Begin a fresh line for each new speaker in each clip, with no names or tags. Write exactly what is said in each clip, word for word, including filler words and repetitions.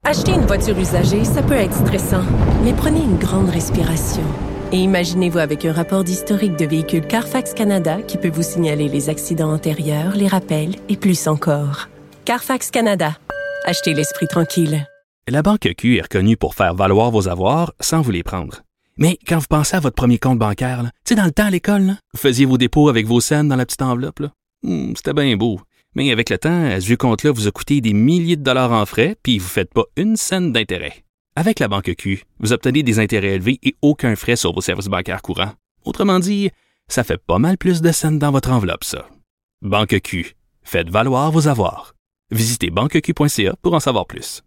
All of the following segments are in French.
Acheter une voiture usagée, ça peut être stressant, mais prenez une grande respiration. Et imaginez-vous avec un rapport d'historique de véhicule Carfax Canada qui peut vous signaler les accidents antérieurs, les rappels et plus encore. Carfax Canada. Achetez l'esprit tranquille.
La Banque Q est reconnue pour faire valoir vos avoirs sans vous les prendre. Mais quand vous pensez à votre premier compte bancaire, tu sais, dans le temps à l'école, là, vous faisiez vos dépôts avec vos scènes dans la petite enveloppe. Là. Hmm, c'était bien beau. Mais avec le temps, ce vieux compte-là vous a coûté des milliers de dollars en frais, puis vous ne faites pas une scène d'intérêt. Avec la Banque Q, vous obtenez des intérêts élevés et aucun frais sur vos services bancaires courants. Autrement dit, ça fait pas mal plus de scènes dans votre enveloppe, ça. Banque Q. Faites valoir vos avoirs. Visitez banque q point c a pour en savoir plus.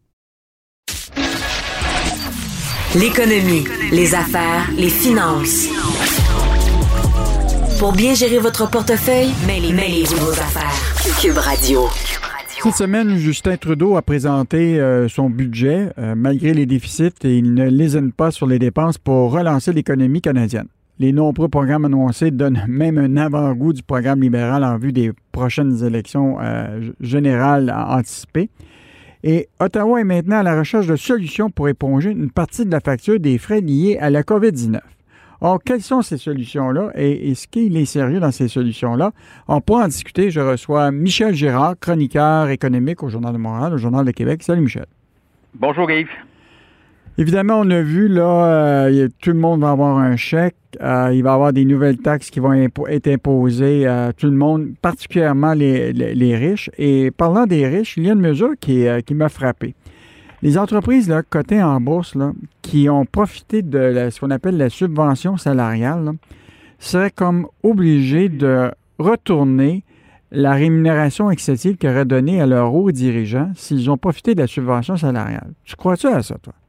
L'économie, les affaires, les finances. Pour bien gérer votre portefeuille, mêlez, mêlez-vous vos affaires. Cube Radio.
Cette semaine, Justin Trudeau a présenté euh, son budget. Euh, malgré les déficits, et il ne lésine pas sur les dépenses pour relancer l'économie canadienne. Les nombreux programmes annoncés donnent même un avant-goût du programme libéral en vue des prochaines élections euh, générales anticipées. Et Ottawa est maintenant à la recherche de solutions pour éponger une partie de la facture des frais liés à la covid dix-neuf. Or, quelles sont ces solutions-là et est-ce qu'il est sérieux dans ces solutions-là? On pourra en discuter. Je reçois Michel Girard, chroniqueur économique au Journal de Montréal, au Journal de Québec. Salut, Michel.
Bonjour, Yves.
Évidemment, on a vu, là, euh, tout le monde va avoir un chèque. Euh, il va y avoir des nouvelles taxes qui vont impo- être imposées à tout le monde, particulièrement les, les, les riches. Et parlant des riches, il y a une mesure qui, euh, qui m'a frappé. Les entreprises là, cotées en bourse là, qui ont profité de la, ce qu'on appelle la subvention salariale là, seraient comme obligées de retourner la rémunération excessive qu'ils auraient donnée à leurs hauts dirigeants s'ils ont profité de la subvention salariale. Tu crois-tu à ça, toi?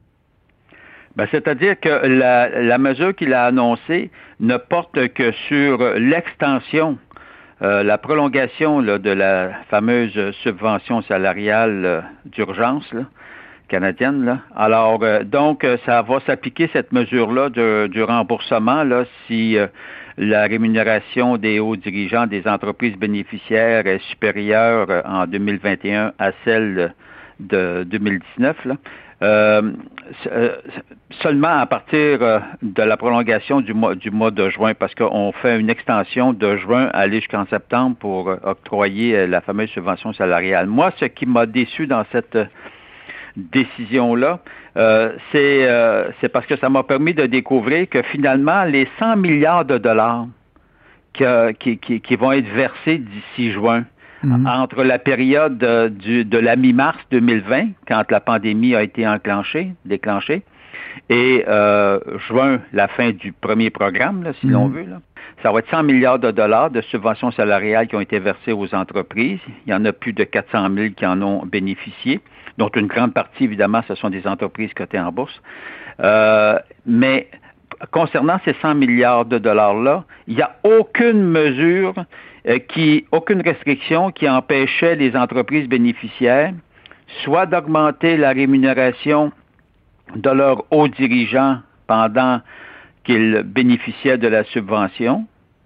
Ben, c'est-à-dire que la, la mesure qu'il a annoncée ne porte que sur l'extension, euh, la prolongation là, de la fameuse subvention salariale euh, d'urgence là, canadienne. Là. Alors, euh, donc, ça va s'appliquer cette mesure-là de, du remboursement là, si euh, la rémunération des hauts dirigeants des entreprises bénéficiaires est supérieure euh, en deux mille vingt et un à celle de deux mille dix-neuf. Là. Euh, euh, seulement à partir euh, de la prolongation du mois du mois de juin, parce qu'on fait une extension de juin à aller jusqu'en septembre pour euh, octroyer euh, la fameuse subvention salariale. Moi, ce qui m'a déçu dans cette euh, décision-là, euh, c'est, euh, c'est parce que ça m'a permis de découvrir que finalement, les cent milliards de dollars que, qui, qui, qui vont être versés d'ici juin, Mm-hmm. entre la période de, du, de la mi-mars deux mille vingt, quand la pandémie a été enclenchée, déclenchée, et euh, juin, la fin du premier programme, là, si mm-hmm. l'on veut, là, ça va être cent milliards de dollars de subventions salariales qui ont été versées aux entreprises. Il y en a plus de quatre cent mille qui en ont bénéficié, dont une grande partie, évidemment, ce sont des entreprises cotées en bourse. Euh, mais concernant ces cent milliards de dollars-là, il n'y a aucune mesure Euh, qui, aucune restriction qui empêchait les entreprises bénéficiaires soit d'augmenter la rémunération de leurs hauts dirigeants pendant qu'ils bénéficiaient de la subvention,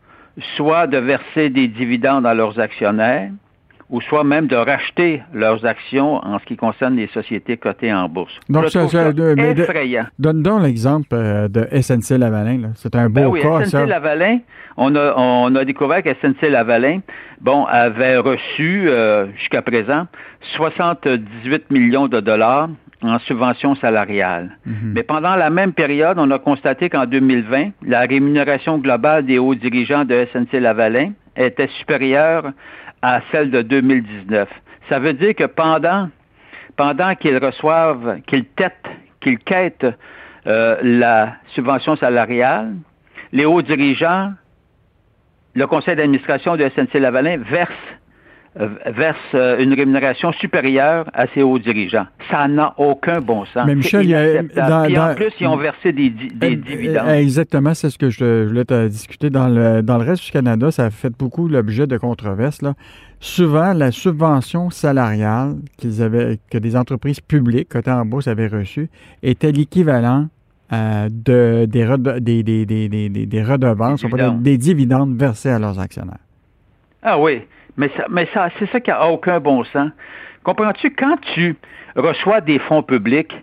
soit de verser des dividendes à leurs actionnaires, ou soit même de racheter leurs actions en ce qui concerne les sociétés cotées en bourse.
Donc,
Je
ça,
trouve
ça,
ça
de,
effrayant.
De, donne donc l'exemple euh, de S N C Lavalin. Là. C'est un beau
ben oui,
cas,
S N C
ça.
Lavalin, on a, on a découvert qu'S N C Lavalin, bon, avait reçu, euh, jusqu'à présent, soixante-dix-huit millions de dollars en subvention salariale. Mm-hmm. Mais pendant la même période, on a constaté qu'en deux mille vingt, la rémunération globale des hauts dirigeants de S N C Lavalin était supérieure à celle de deux mille dix-neuf. Ça veut dire que pendant, pendant qu'ils reçoivent, qu'ils têtent, qu'ils quêtent euh, la subvention salariale, les hauts dirigeants, le conseil d'administration de S N C Lavalin verse, euh, verse euh, une rémunération supérieure à ses hauts dirigeants. Ça n'a aucun bon sens.
Mais Michel, il y a, dans,
Puis en
dans,
plus, ils ont versé des, des euh, dividendes.
Exactement, c'est ce que je voulais te discuter. Dans le, dans le reste du Canada, ça a fait beaucoup l'objet de controverses. Là. Souvent, la subvention salariale qu'ils avaient, que des entreprises publiques cotées en bourse avaient reçue était l'équivalent euh, de, des, rede, des, des, des, des, des redevances, des dividendes. Des dividendes versés à leurs actionnaires.
Ah oui. Mais ça, mais ça, c'est ça qui n'a aucun bon sens. Comprends-tu, quand tu reçois des fonds publics,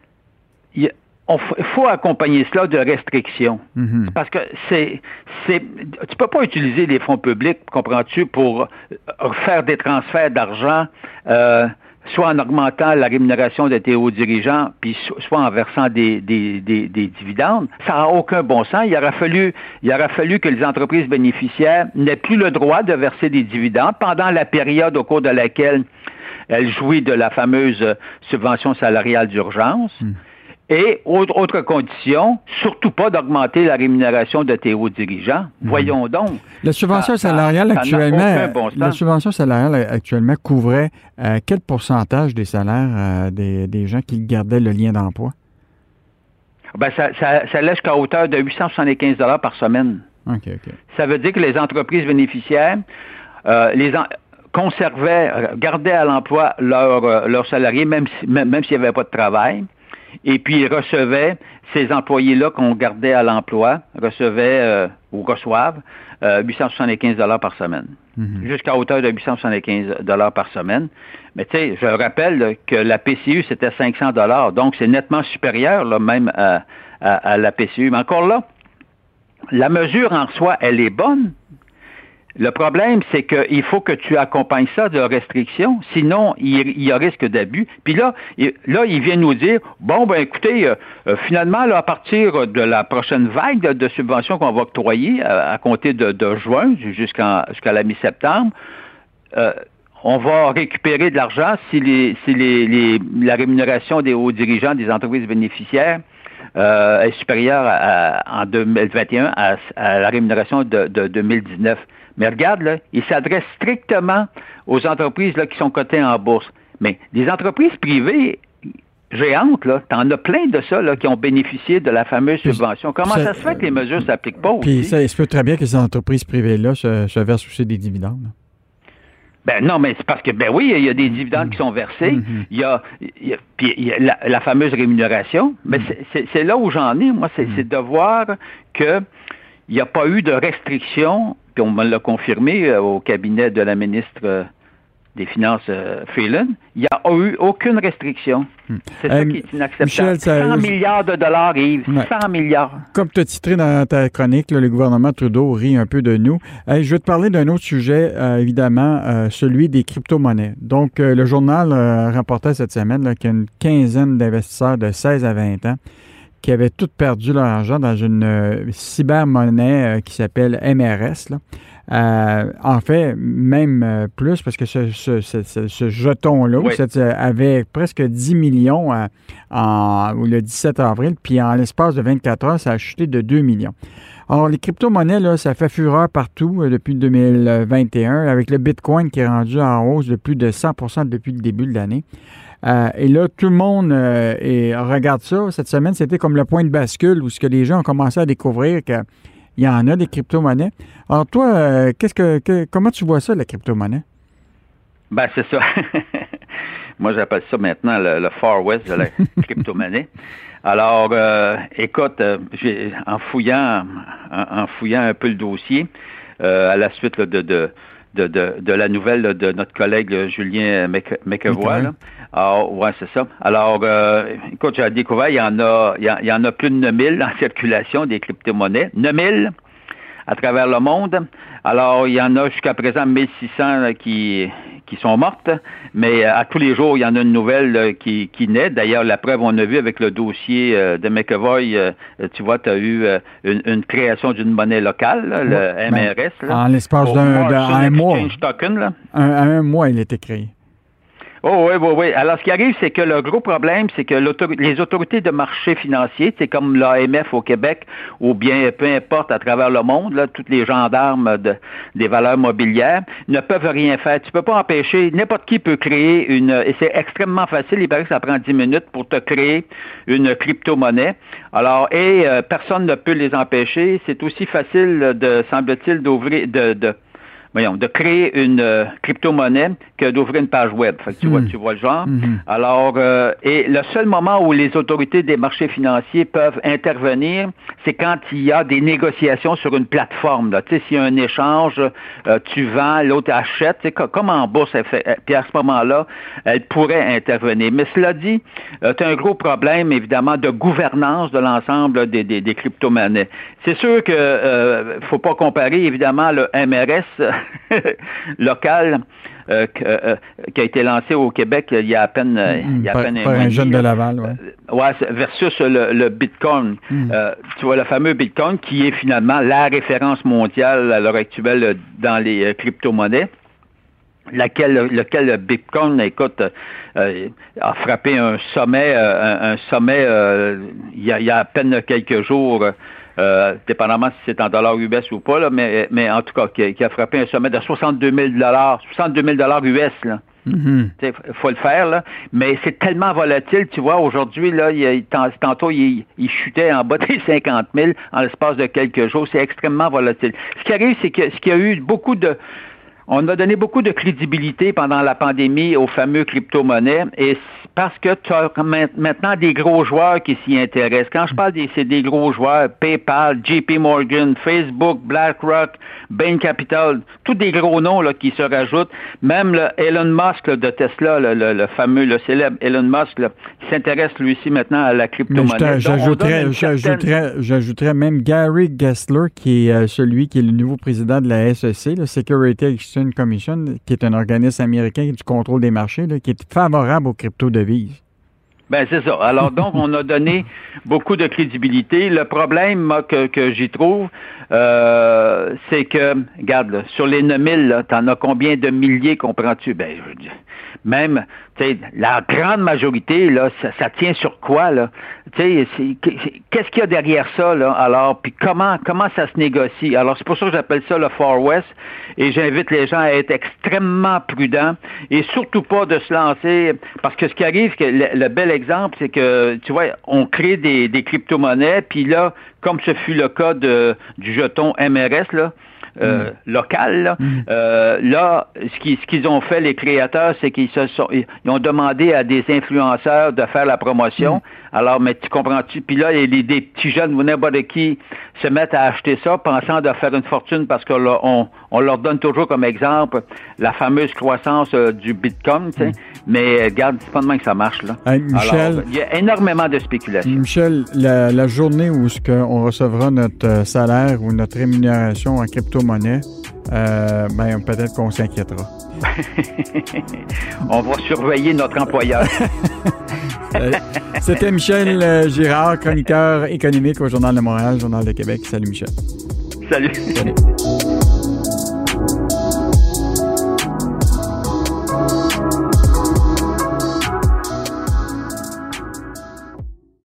il faut accompagner cela de restrictions. Mm-hmm. Parce que c'est, c'est, tu peux pas utiliser les fonds publics, comprends-tu, pour faire des transferts d'argent, euh, soit en augmentant la rémunération de tes hauts dirigeants, puis soit en versant des, des, des, des dividendes. Ça n'a aucun bon sens. Il aurait fallu, il aurait fallu que les entreprises bénéficiaires n'aient plus le droit de verser des dividendes pendant la période au cours de laquelle elles jouissent de la fameuse subvention salariale d'urgence. Mmh. Et, autre, autre condition, surtout pas d'augmenter la rémunération de tes hauts dirigeants. Mmh. Voyons donc.
La subvention ça, salariale ça, actuellement, ça bon la subvention salariale actuellement couvrait euh, quel pourcentage des salaires euh, des, des gens qui gardaient le lien d'emploi?
Ben, ça, ça, ça allait jusqu'à hauteur de huit cent soixante-quinze dollars par semaine.
OK, OK.
Ça veut dire que les entreprises bénéficiaires, euh, les en, conservaient, gardaient à l'emploi leurs leur salariés, même, si, même, même s'il n'y avait pas de travail. Et puis, ils recevaient, ces employés-là qu'on gardait à l'emploi, recevaient euh, ou reçoivent euh, huit cent soixante-quinze dollars par semaine. Mm-hmm. Jusqu'à hauteur de huit cent soixante-quinze dollars par semaine. Mais tu sais, je rappelle là, que la P C U, c'était cinq cents dollars. Donc, c'est nettement supérieur là, même à, à, à la P C U. Mais encore là, la mesure en soi, elle est bonne. Le problème, c'est qu'il faut que tu accompagnes ça de restrictions, sinon il, il y a risque d'abus. Puis là, il, là, il vient nous dire, bon, ben écoutez, euh, finalement, là, à partir de la prochaine vague de, de subventions qu'on va octroyer à, à compter de, de juin jusqu'en, jusqu'à la mi-septembre, euh, on va récupérer de l'argent si, les, si les, les, la rémunération des hauts dirigeants des entreprises bénéficiaires euh, est supérieure à, à, en deux mille vingt et un à, à la rémunération de, de deux mille dix-neuf. Mais regarde, là, il s'adresse strictement aux entreprises là, qui sont cotées en bourse. Mais des entreprises privées géantes, là, t'en as plein de ça là, qui ont bénéficié de la fameuse subvention. Comment ça, ça se fait que les mesures ne s'appliquent pas aussi?
Puis ça, il se peut très bien que ces entreprises privées-là se, se versent aussi des dividendes. Là.
Ben non, mais c'est parce que, ben oui, il y a des dividendes mmh. qui sont versés. Mmh. Il y a, il y a, puis il y a la, la fameuse rémunération. Mais mmh. c'est, c'est, c'est là où j'en ai, moi, c'est, mmh. c'est de voir que il n'y a pas eu de restrictions. Puis on me l'a confirmé euh, au cabinet de la ministre euh, des Finances, euh, Freeland. Il n'y a eu aucune restriction. Hmm. C'est euh, ça qui est inacceptable. Michel, ça, cent milliards de dollars, Yves. Ouais. cent milliards.
Comme tu as titré dans ta chronique, là, le gouvernement Trudeau rit un peu de nous. Euh, je vais te parler d'un autre sujet, euh, évidemment, euh, celui des crypto-monnaies. Donc, euh, le journal euh, rapportait cette semaine là, qu'il y a une quinzaine d'investisseurs de seize à vingt ans qui avaient tout perdu leur argent dans une euh, cybermonnaie euh, qui s'appelle M R S. Là. Euh, en fait, même euh, plus, parce que ce, ce, ce, ce, ce jeton-là oui. cette, euh, avait presque dix millions euh, en, le dix-sept avril, puis en l'espace de vingt-quatre heures, ça a chuté de deux millions. Alors, les crypto-monnaies, là, ça fait fureur partout euh, depuis deux mille vingt et un, avec le Bitcoin qui est rendu en hausse de plus de cent pour cent depuis le début de l'année. Euh, et là, tout le monde euh, et regarde ça. Cette semaine, c'était comme le point de bascule où ce que les gens ont commencé à découvrir qu'il y en a des crypto-monnaies. Alors toi, euh, qu'est-ce que, que comment tu vois ça, la crypto-monnaie?
Ben, c'est ça. Moi, j'appelle ça maintenant le, le Far West de la crypto-monnaie. Alors, euh, écoute, euh, j'ai, en fouillant en, en fouillant un peu le dossier, euh, à la suite là, de... de De, de, de la nouvelle là, de notre collègue là, Julien McEvoy. Là. Alors, ouais, c'est ça. Alors, euh, écoute, j'ai découvert, il y en a, il y, a, il y en a plus de neuf mille en circulation des crypto-monnaies. neuf mille à travers le monde. Alors, il y en a jusqu'à présent mille six cents là, qui, qui sont mortes, mais à tous les jours, il y en a une nouvelle là, qui, qui naît. D'ailleurs, la preuve, on a vu avec le dossier euh, de McEvoy, euh, tu vois, tu as eu euh, une, une création d'une monnaie locale, là, le M R S. Là,
en l'espace d'un, d'un un mois.
Token, là.
Un, un mois, il a été créé.
Oh oui, oui, oui. Alors, ce qui arrive, c'est que le gros problème, c'est que les autorités de marché financier, c'est comme l'A M F au Québec, ou bien peu importe à travers le monde, là, tous les gendarmes de, des valeurs mobilières, ne peuvent rien faire. Tu peux pas empêcher, n'importe qui peut créer une, et c'est extrêmement facile, il paraît que ça prend dix minutes pour te créer une crypto-monnaie. Alors, et euh, personne ne peut les empêcher. C'est aussi facile, de, semble-t-il, d'ouvrir, de, de voyons, de créer une euh, crypto-monnaie que d'ouvrir une page web. Fait que tu, mmh. vois, tu vois le genre. Mmh. Alors, euh, et le seul moment où les autorités des marchés financiers peuvent intervenir, c'est quand il y a des négociations sur une plateforme. Là. Tu sais, s'il y a un échange, euh, tu vends, l'autre achète, tu sais, comme en bourse, elle fait, puis à ce moment-là, elle pourrait intervenir. Mais cela dit, euh, tu as un gros problème, évidemment, de gouvernance de l'ensemble des, des, des crypto-monnaies. C'est sûr que euh, faut pas comparer, évidemment, le M R S local euh, que, euh, qui a été lancé au Québec il y a à peine, euh, il y a à peine
par, un, un jeune de Laval, ouais.
Euh, ouais, versus le, le Bitcoin. Mm. Euh, tu vois, le fameux Bitcoin qui est finalement la référence mondiale à l'heure actuelle dans les euh, crypto-monnaies. Laquelle, lequel le Bitcoin, écoute, euh, a frappé un sommet, euh, un, un sommet euh, il, y a, il y a à peine quelques jours, euh, dépendamment si c'est en dollars U S ou pas, là, mais, mais en tout cas, qui, qui a frappé un sommet de soixante-deux mille dollars, soixante-deux mille dollars U S, là. Mm-hmm. Il faut le faire, là. Mais c'est tellement volatile, tu vois, aujourd'hui, là, il, tantôt, il, il chutait en bas des cinquante mille en l'espace de quelques jours. C'est extrêmement volatile. Ce qui arrive, c'est que, ce qu'il y a eu beaucoup de... On a donné beaucoup de crédibilité pendant la pandémie aux fameux crypto-monnaies et parce que tu as maintenant des gros joueurs qui s'y intéressent. Quand je parle des, c'est des gros joueurs, PayPal, J P Morgan, Facebook, BlackRock, Bain Capital, tous des gros noms là, qui se rajoutent. Même le Elon Musk là, de Tesla, le, le, le fameux, le célèbre Elon Musk, là, qui s'intéresse lui aussi maintenant à la crypto-monnaie.
J'ajouterais, j'ajouterais, j'ajouterais même Gary Gensler, qui est euh, celui qui est le nouveau président de la S E C, la Security Exchange Commission, qui est un organisme américain du contrôle des marchés, là, qui est favorable aux crypto-devises.
Ben c'est ça. Alors donc, on a donné beaucoup de crédibilité. Le problème moi, que, que j'y trouve, euh, c'est que, regarde, là, sur les neuf mille, t'en as combien de milliers, comprends-tu? Ben, je veux dire, même, tu sais, la grande majorité, là, ça, ça tient sur quoi, là? Tu sais, qu'est-ce qu'il y a derrière ça, là? Alors, puis comment, comment ça se négocie? Alors, c'est pour ça que j'appelle ça le Far West, et j'invite les gens à être extrêmement prudents, et surtout pas de se lancer, parce que ce qui arrive, que le, le bel exemple, c'est que, tu vois, on crée des, des crypto-monnaies, puis là, comme ce fut le cas de, du jeton M R S, là, Euh, mm. local. Là, mm. euh, là ce, qui, ce qu'ils ont fait, les créateurs, c'est qu'ils se sont, ils ont demandé à des influenceurs de faire la promotion. Mm. Alors, mais tu comprends-tu? Puis là, les, les, des petits jeunes ou n'importe qui se mettent à acheter ça, pensant de faire une fortune parce qu'on on, on leur donne toujours comme exemple la fameuse croissance euh, du Bitcoin, tu sais. Mm. Mais regarde, c'est pas de même que ça marche, là.
Hey, Michel,
alors, il y a énormément de spéculation.
Michel, la, la journée où ce qu'on recevra notre salaire ou notre rémunération en crypto-monnaie, euh, ben, peut-être qu'on s'inquiétera.
On va surveiller notre employeur.
C'était Michel Girard, chroniqueur économique au Journal de Montréal, Journal de Québec. Salut, Michel.
Salut.
Salut.